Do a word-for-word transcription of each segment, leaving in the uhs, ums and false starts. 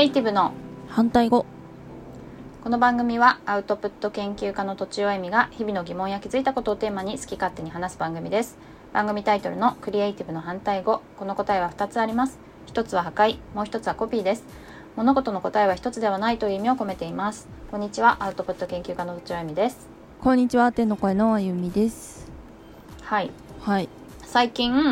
イティブの反対語。 この番組はアウトプット研究家のとちおえみが日々の疑問や気づいたことをテーマに好き勝手に話す番組です。番組タイトルのクリエイティブの反対語、この答えはふたつあります。ひとつは破壊、もうひとつはコピーです。物事の答えはひとつではないという意味を込めています。こんにちは、アウトプット研究家のとちおえみです。 こんにちは、天の声のあゆみです。 はいはい。 最近、 うん。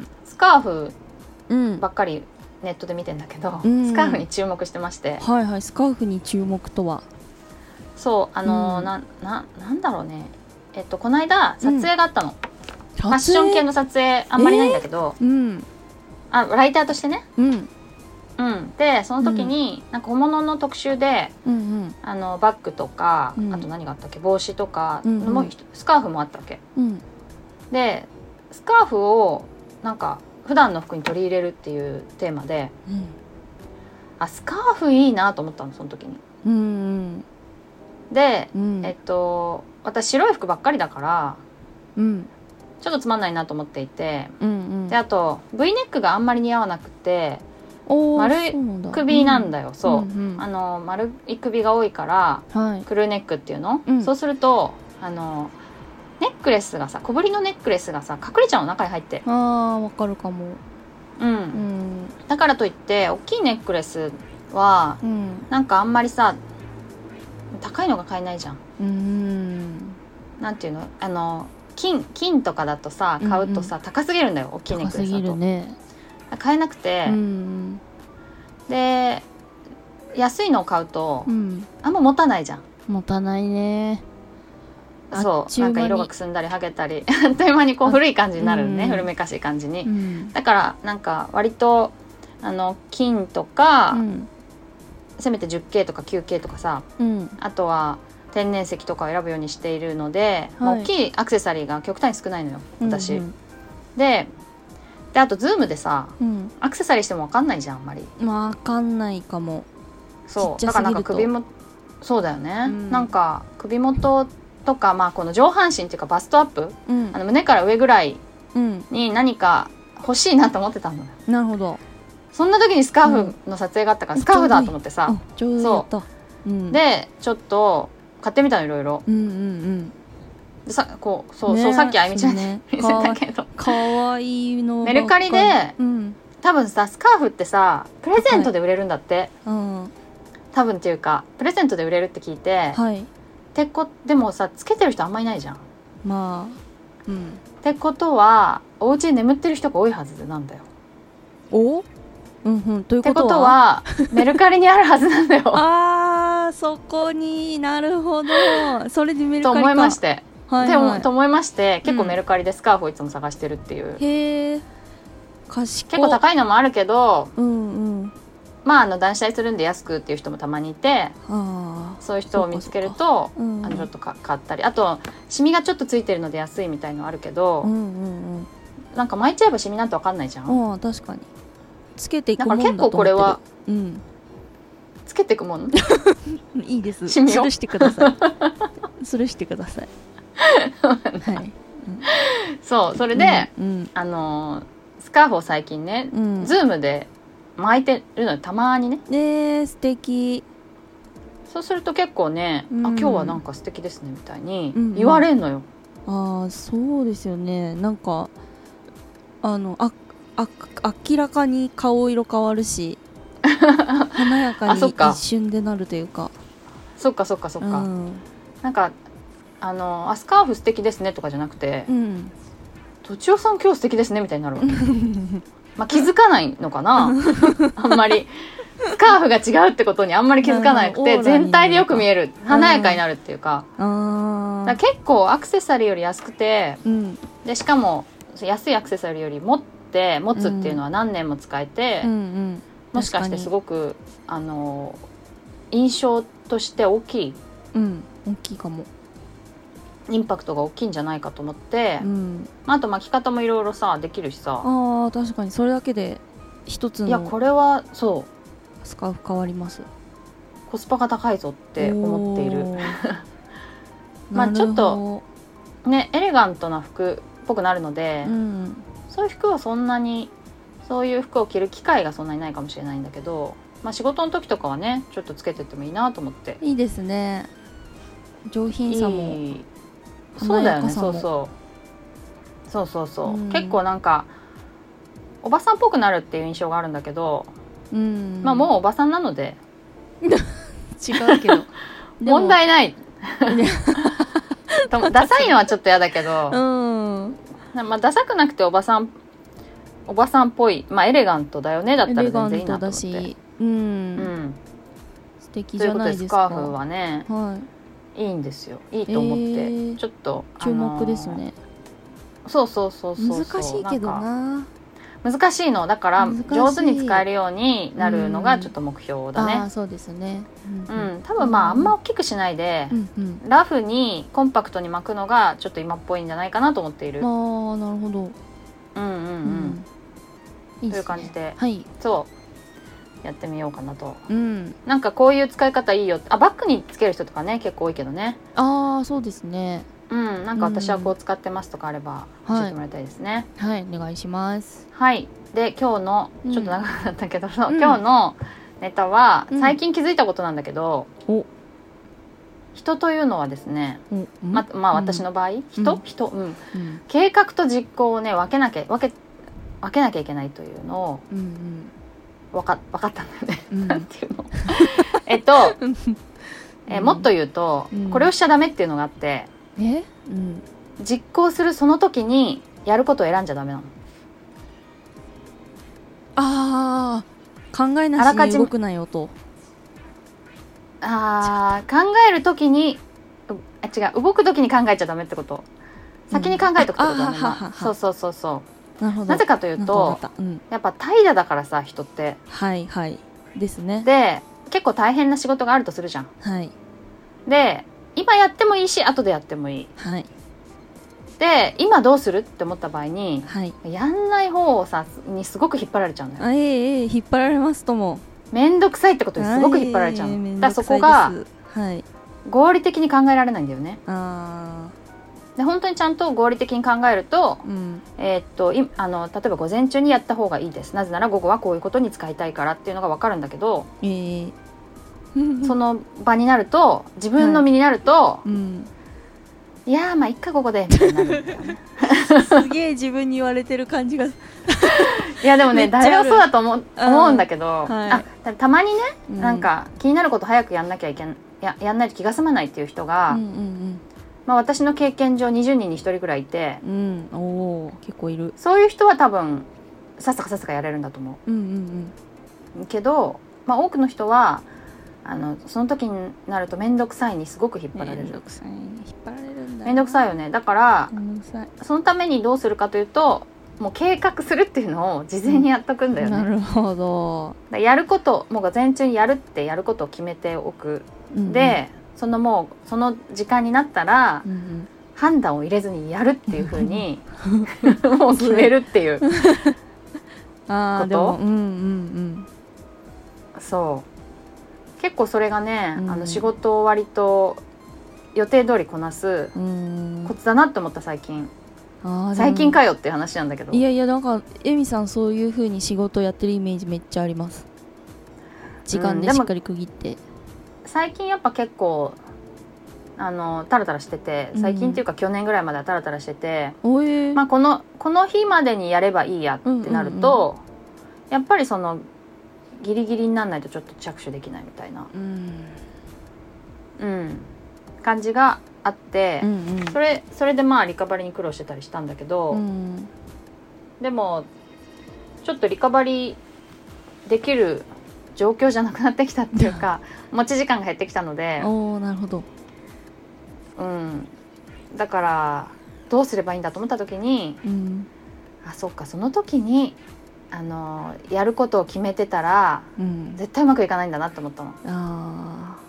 スカーフうん。 ばっかりネットで見てんだけど、 うんスカーフに注目してまして、 はいはい。スカーフに注目とは。 そうあのーうんなななんだろうねえっとこの間撮影があったの、 フファッション系の撮影あんまりないんだけど、 うんあライターとしてね、 うんうんでその時に、なんか小物の特集でうんうんあのバッグとか、 うんあと何があったっけ、帽子とか、 うんうんもうスカーフもあったわけうんで、スカーフをなんか普段の服に取り入れるっていうテーマで、 うんあスカーフいいなと思ったのその時に。 うんで、 うんえっと私白い服ばっかりだからうんちょっとつまんないなと思っていて、 うんうんであと V ネックがあんまり似合わなくておー丸いそうなんだ首なんだよ、そう、 うんうんあの丸い首が多いからはいクルーネックっていうの、 うんそうするとあのネックレスがさ、小ぶりのネックレスがさ隠れちゃうの、中に入って、 あーわかるかも。 うんうんだからといって大きいネックレスはうんなんかあんまりさ高いのが買えないじゃん。 うんなんていうの、あの金金とかだとさ買うとさ、 うん高すぎるんだよ、大きいネッ高すぎクレスだと、 るね。 買えなくて、 うんで安いのを買うと、 うんあんま持たないじゃん。 持たないね。あそうっちゅう間になんか色がくすんだり剥げたりあっという間にこう古い感じになるね、 うん古めかしい感じに、 うんだからなんか割とあの金とか、 うんせめて じゅっケー とか きゅうケー とかさ、 うんあとは天然石とかを選ぶようにしているので、 はいまあ大きいアクセサリーが極端に少ないのよ私、 うんでであとズームでさうんアクセサリーしても分かんないじゃんあんまり。 まあわかんないかも。 そうちっちゃすぎるとだからなんか首もそうだよね、 うんなんか首元とか、まあ、この上半身っていうかバストアップ、 うんあの胸から上ぐらいうんに何か欲しいなと思ってたのよ。 なるほど。 そんな時にスカーフの撮影があったから、 うんスカーフだと思ってさ、 あ上手やった。うんでちょっと買ってみたのいろいろ。 うんうんでさこうそう、 ねそうさっきあゆみちゃんに、 ね見せたけど、 かわいいのばっかり。 メルカリでうん多分さスカーフってさプレゼントで売れるんだって、 うん多分っていうかプレゼントで売れるって聞いて、 はいてこでもさつけてる人あんまいないじゃん。っまあうんてことはお家に眠ってる人が多いはずなんだよ。 おうんうんというってことはことはメルカリにあるはずなんだよあーそこになるほど。それでメルカリかと思いまして、 はいでもはいと思いまして結構うんメルカリでスカーフをいつも探してるっていう、 へえ賢結構高いのもあるけど、 うんうんまああの断捨離するんで安くっていう人もたまにいて、 ああそういう人を見つけると、 うんあのちょっとか買ったり、あとシミがちょっとついてるので安いみたいのあるけど、 うんうんなんか巻いちゃえばシミなんて分かんないじゃん。 うんああ確かにつけていくだからもんだと思ってる。 結構これはうんつけていくもんいいですシミをスルしてくださいスルしてくださいはいそうそれで、 うんあのスカーフを最近ね、 うんズームで巻いてるのよたまにね。 ねえ素敵。 そうすると結構ね、 うんあ今日はなんか素敵ですねみたいにうんうん言われんのよ、 ああそうですよね。なんかあのああ明らかに顔色変わるし華やかにあそっか一瞬でなるというかそっかそっかそっか、 うんなんかあのあスカーフ素敵ですねとかじゃなくて、 うんとちおさん今日素敵ですねみたいになるわけまあ気づかないのかなあんまりスカーフが違うってことにあんまり気づかなくて、 なるほどオーラに全体でよく見える、華やかになるっていうか、 あだから結構アクセサリーより安くて、 うんでしかも安いアクセサリーより持って持つっていうのは何年も使えて、 うんうんもしかしてすごくあの印象として大きいうん大きいかも。 インパクトが大きいんじゃないかと思って、 うんあと巻き方もいろいろさできるしさ、 ああ確かにそれだけで一ついやのこれはそうスカーフ変わります。 コスパが高いぞって思っているおーまあなるほどちょっねエレガントな服っぽくなるので、 うんそういう服はそんなにそういう服を着る機会がそんなにないかもしれないんだけど、 まあ、仕事の時とかはねちょっとつけてってもいいなと思って。 いいですね。上品さもいいそうだよね。そうそうそうそうそう、うん、結構なんかおばさんっぽくなるっていう印象があるんだけど、うん、まあもうおばさんなので違うけど問題ないダサいのはちょっと嫌だけど、うん、まあ、ダサくなくておばさんおばさんっぽい、まあ、エレガントだよねだったら全然いいなと思って。エレガントだし、うんうん、 素敵じゃないですか。 ということでスカーフはね、はい、いいんですよ。いいと思って、えー、ちょっと注目ですね。 そうそうそうそう難しいけどな。 難しいのだから上手に使えるようになるのがちょっと目標だね。 うん、あそうですね、 うん、うん、多分まああんま大きくしないで、うんうん、ラフにコンパクトに巻くのがちょっと今っぽいんじゃないかなと思っている。 ああなるほど。 うんうんうん、うんいいね、という感じで、はい、そうやってみようかなと、うん、なんかこういう使い方いいよ。あバッグにつける人とかね結構多いけどね。 ああそうですね。 うん、なんか私はこう使ってますとかあれば教えてもらいたいですね。 はい、はい、お願いします。 はい。で今日のちょっと長くなったけど、うん、今日のネタは最近気づいたことなんだけど、うん、人というのはですね、うん、ま, まあ私の場合、うん、人、人、うんうん、計画と実行をね分けなきゃ分け分けなきゃいけないというのを、うんうん、分, か分かったんだよね。うん、なんていうのえっと、えもっと言うと、うん、これをしちゃダメっていうのがあって。 え、うん、 実行するその時にやることを選んじゃダメなの。 あー考えなしに動くなよと。 あー考える時にあ違う動く時に考えちゃダメってこと。先に考えとくってことだね、うんまあ、そうそうそうそうなるほど。なぜかというと、うん、やっぱ怠惰だからさ人って。 はいはいですね。 で結構大変な仕事があるとするじゃん。 はいで今やってもいいし後でやってもいい。 はいで今どうするって思った場合に、はい、やんない方をさにすごく引っ張られちゃうんだよ。 あえええ引っ張られますとも。 めんどくさいってことにすごく引っ張られちゃうの。だからそこが、はい、合理的に考えられないんだよね。あで本当にちゃんと合理的に考えると、うん、えー、っといあの例えば午前中にやった方がいいです。なぜなら午後はこういうことに使いたいからっていうのが分かるんだけど、えー、その場になると自分の身になると、はいうんいやーまあいっかここでみたいになるんだよねすげえ自分に言われてる感じがいやでもね誰もそうだと思う、思うんだけど、はい、あ た, たまにね、うん、なんか気になること早くやんなきゃいけん や, やんないと気が済まないっていう人が、うんうんうんまあ、私の経験上にじゅうにんにひとりぐらいいて、うん、お結構いる。 そういう人は多分さっさかさっさかやれるんだと思う、うんうんうん、けど、まあ、多くの人はあのその時になると面倒くさいにすごく引っ張られる。 面倒くさいに引っ張られるんだ。 面倒くさいよね。だからそのためにどうするかというともう計画するっていうのを事前にやっとくんだよね、 うん、なるほど。 やることもう午前中にやるってやることを決めておく、うんうん、でそのもうその時間になったら、うんうん、判断を入れずにやるっていう風にもう決めるっていうあーでもうんうんうんそう結構それがね、うん、あの仕事を割と予定通りこなすコツだなって思った最近。あ最近かよっていう話なんだけど。 いやいやなんかエミさんそういう風に仕事やってるイメージめっちゃあります。時間でしっかり区切って、うん、 最近やっぱ結構あのタラタラしてて最近っていうか去年ぐらいまではタラタラしてて、うんまあ、このこの日までにやればいいやってなると、うんうんうん、やっぱりそのギリギリにならないとちょっと着手できないみたいな、うんうん、感じがあって、うんうん、それそれでまあリカバリーに苦労してたりしたんだけど、うん、でもちょっとリカバリーできる状況じゃなくなってきたっていうか持ち時間が減ってきたのでおーなるほど、 うん、だからどうすればいいんだと思った時に、うん、あそっかその時にあのやることを決めてたら、うん、絶対うまくいかないんだなって思ったの。あ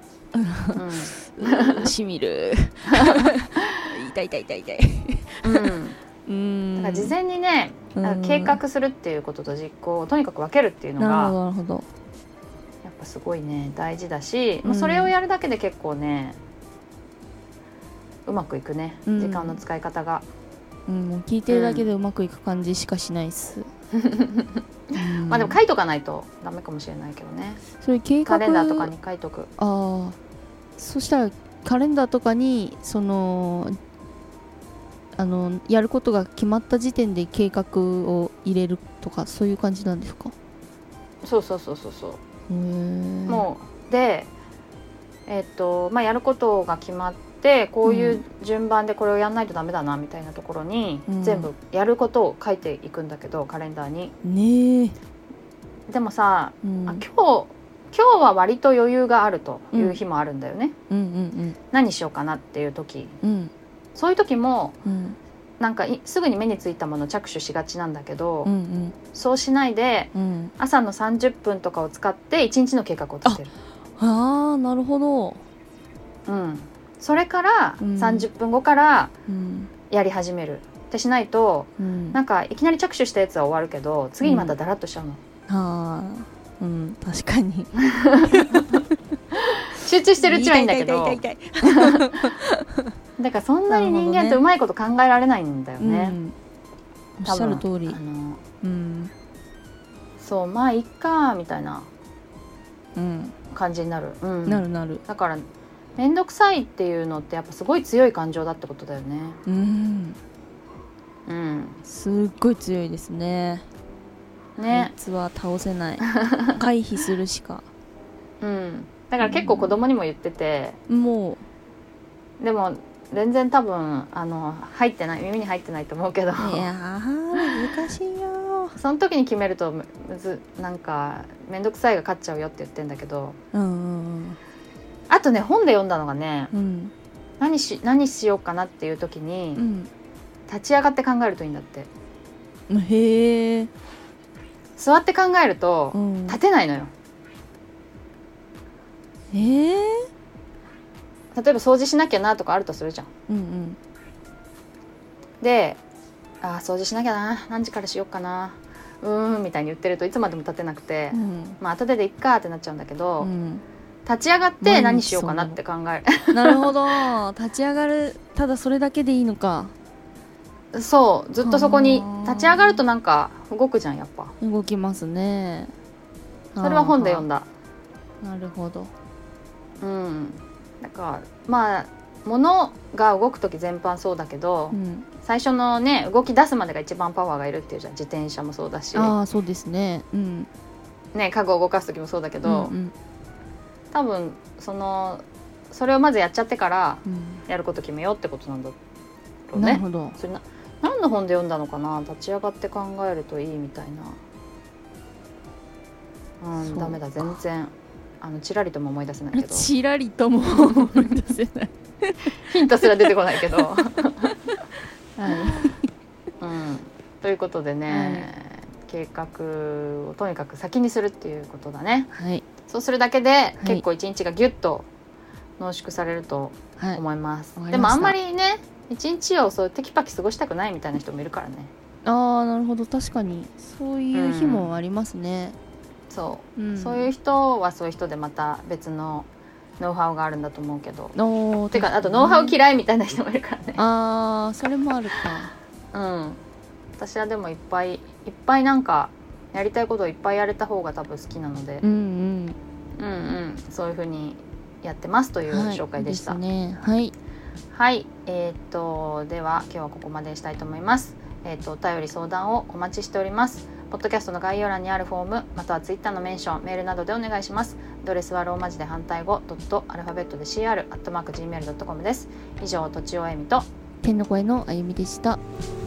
うん、しみる痛い痛い痛い痛い、 うんうんだから事前にね、うん、計画するっていうことと実行をとにかく分けるっていうのがなるほどやっぱすごいね大事だし、うん、もうそれをやるだけで結構ねうまくいくね、うん、時間の使い方が、 うん、もう聞いてるだけでうまくいく感じしかしないっす、 ううんまあでも書いとかないとダメかもしれないけどね。 それ計画カレンダーとかに書いとく。 ああ、そしたらカレンダーとかにそのあのやることが決まった時点で計画を入れるとかそういう感じなんですか？ そうそうそうそうそう。 へーもうでえっとまあやることが決まってこういう順番でこれをやんないとダメだなみたいなところに、 うん、 全部やることを書いていくんだけどカレンダーに。 ねえ、 でもさ、 うん、 あ今日今日は割と余裕があるという日もあるんだよね、 うんうん何しようかなっていう時、 うんうんそういう時もうんなんかいすぐに目についたものを着手しがちなんだけど、 うんうんそうしないでうん朝のさんじゅっぷんとかを使っていちにちの計画を立てる。 ああ、なるほど、 うん、それからうんさんじゅっぷんごからうんやり始めるってしないと、 うん、 なんかいきなり着手したやつは終わるけど次にまたダラッとしちゃうの、 ああ、うん、確かに集中してるうちはいいんだけど、 痛い痛い痛い痛いだからそんなに人間ってうまいこと考えられないんだよね、 うん、おっしゃる通り、 あのうんそうまあいっかみたいなうん、 感じになる、うん、 なるなる、 だからめんどくさいっていうのってやっぱすごい強い感情だってことだよね。 うん、 うんすっごい強いですね。あねいつは倒せない回避するしかうんだから結構子供にも言ってて、 もでも全然多分あの入ってない耳に入ってないと思うけどういやー難しいよ、 その時に決めるとむずなんかめんどくさいが勝っちゃうよって言ってんだけど、 うんうんあとね本で読んだのがね、 うん何し何しようかなっていう時に、 うん立ち上がって考えるといいんだって。 うん、へえ、 座って考えると、 うん、 立てないのよ。 えー、 例えば掃除しなきゃなとかあるとするじゃん。 うんうんで、あ掃除しなきゃな、何時からしようかな、うーんみたいに言ってるといつまでも立てなくて、 うんまあ後ででいっかってなっちゃうんだけど、 うん立ち上がって何しようかなって考える。 なるほど、立ち上がる、ただそれだけでいいのか。 そうずっとそこに立ち上がるとなんか動くじゃんやっぱ。 動きますね。 それは本で読んだ。 なるほど。 うんだからまあ物が動く時全般そうだけど、 うん、 最初のね動き出すまでが一番パワーがいるっていうじゃん。自転車もそうだし、 ああそうですね、うん、 ね家具を動かす時もそうだけど、 うんうん多分そのそれをまずやっちゃってからうん、 やること決めようってことなんだろうね。 なるほど。 それな何の本で読んだのかな。立ち上がって考えるといいみたいな。うんダメだ全然あのちらりとも思い出せないけどちらりとも思い出せないヒントすら出てこないけど、 はいうん、ということでね、はい、計画をとにかく先にするっていうことだね。 はいそうするだけで結構一日がギュッと濃縮されるとはい思います、 はい、 でもあんまりね一日をそうテキパキ過ごしたくないみたいな人もいるからね。 ああなるほど、確かにそういう日もありますね、 うん、そう、うん、そういう人はそういう人でまた別のノウハウがあるんだと思うけど、 おてかあとノウハウ嫌いみたいな人もいるからね。 ああそれもあるか。うん私はでもいっぱいいっぱいなんかやりたいことをいっぱいやれた方が多分好きなので、 うんうんうんうんそういう風にやってますという紹介でした。 はい、ですね。はい、 はい、えー、っとでは今日はここまでにしたいと思います。えー、っとお便り相談をお待ちしております。ポッドキャストの概要欄にあるフォームまたはツイッターのメンションメールなどでお願いします。アドレスはローマ字で反対語ドットアルファベットで シーアール アットマーク ジーメール ドットコム です。以上とちおえみと天の声のあゆみでした。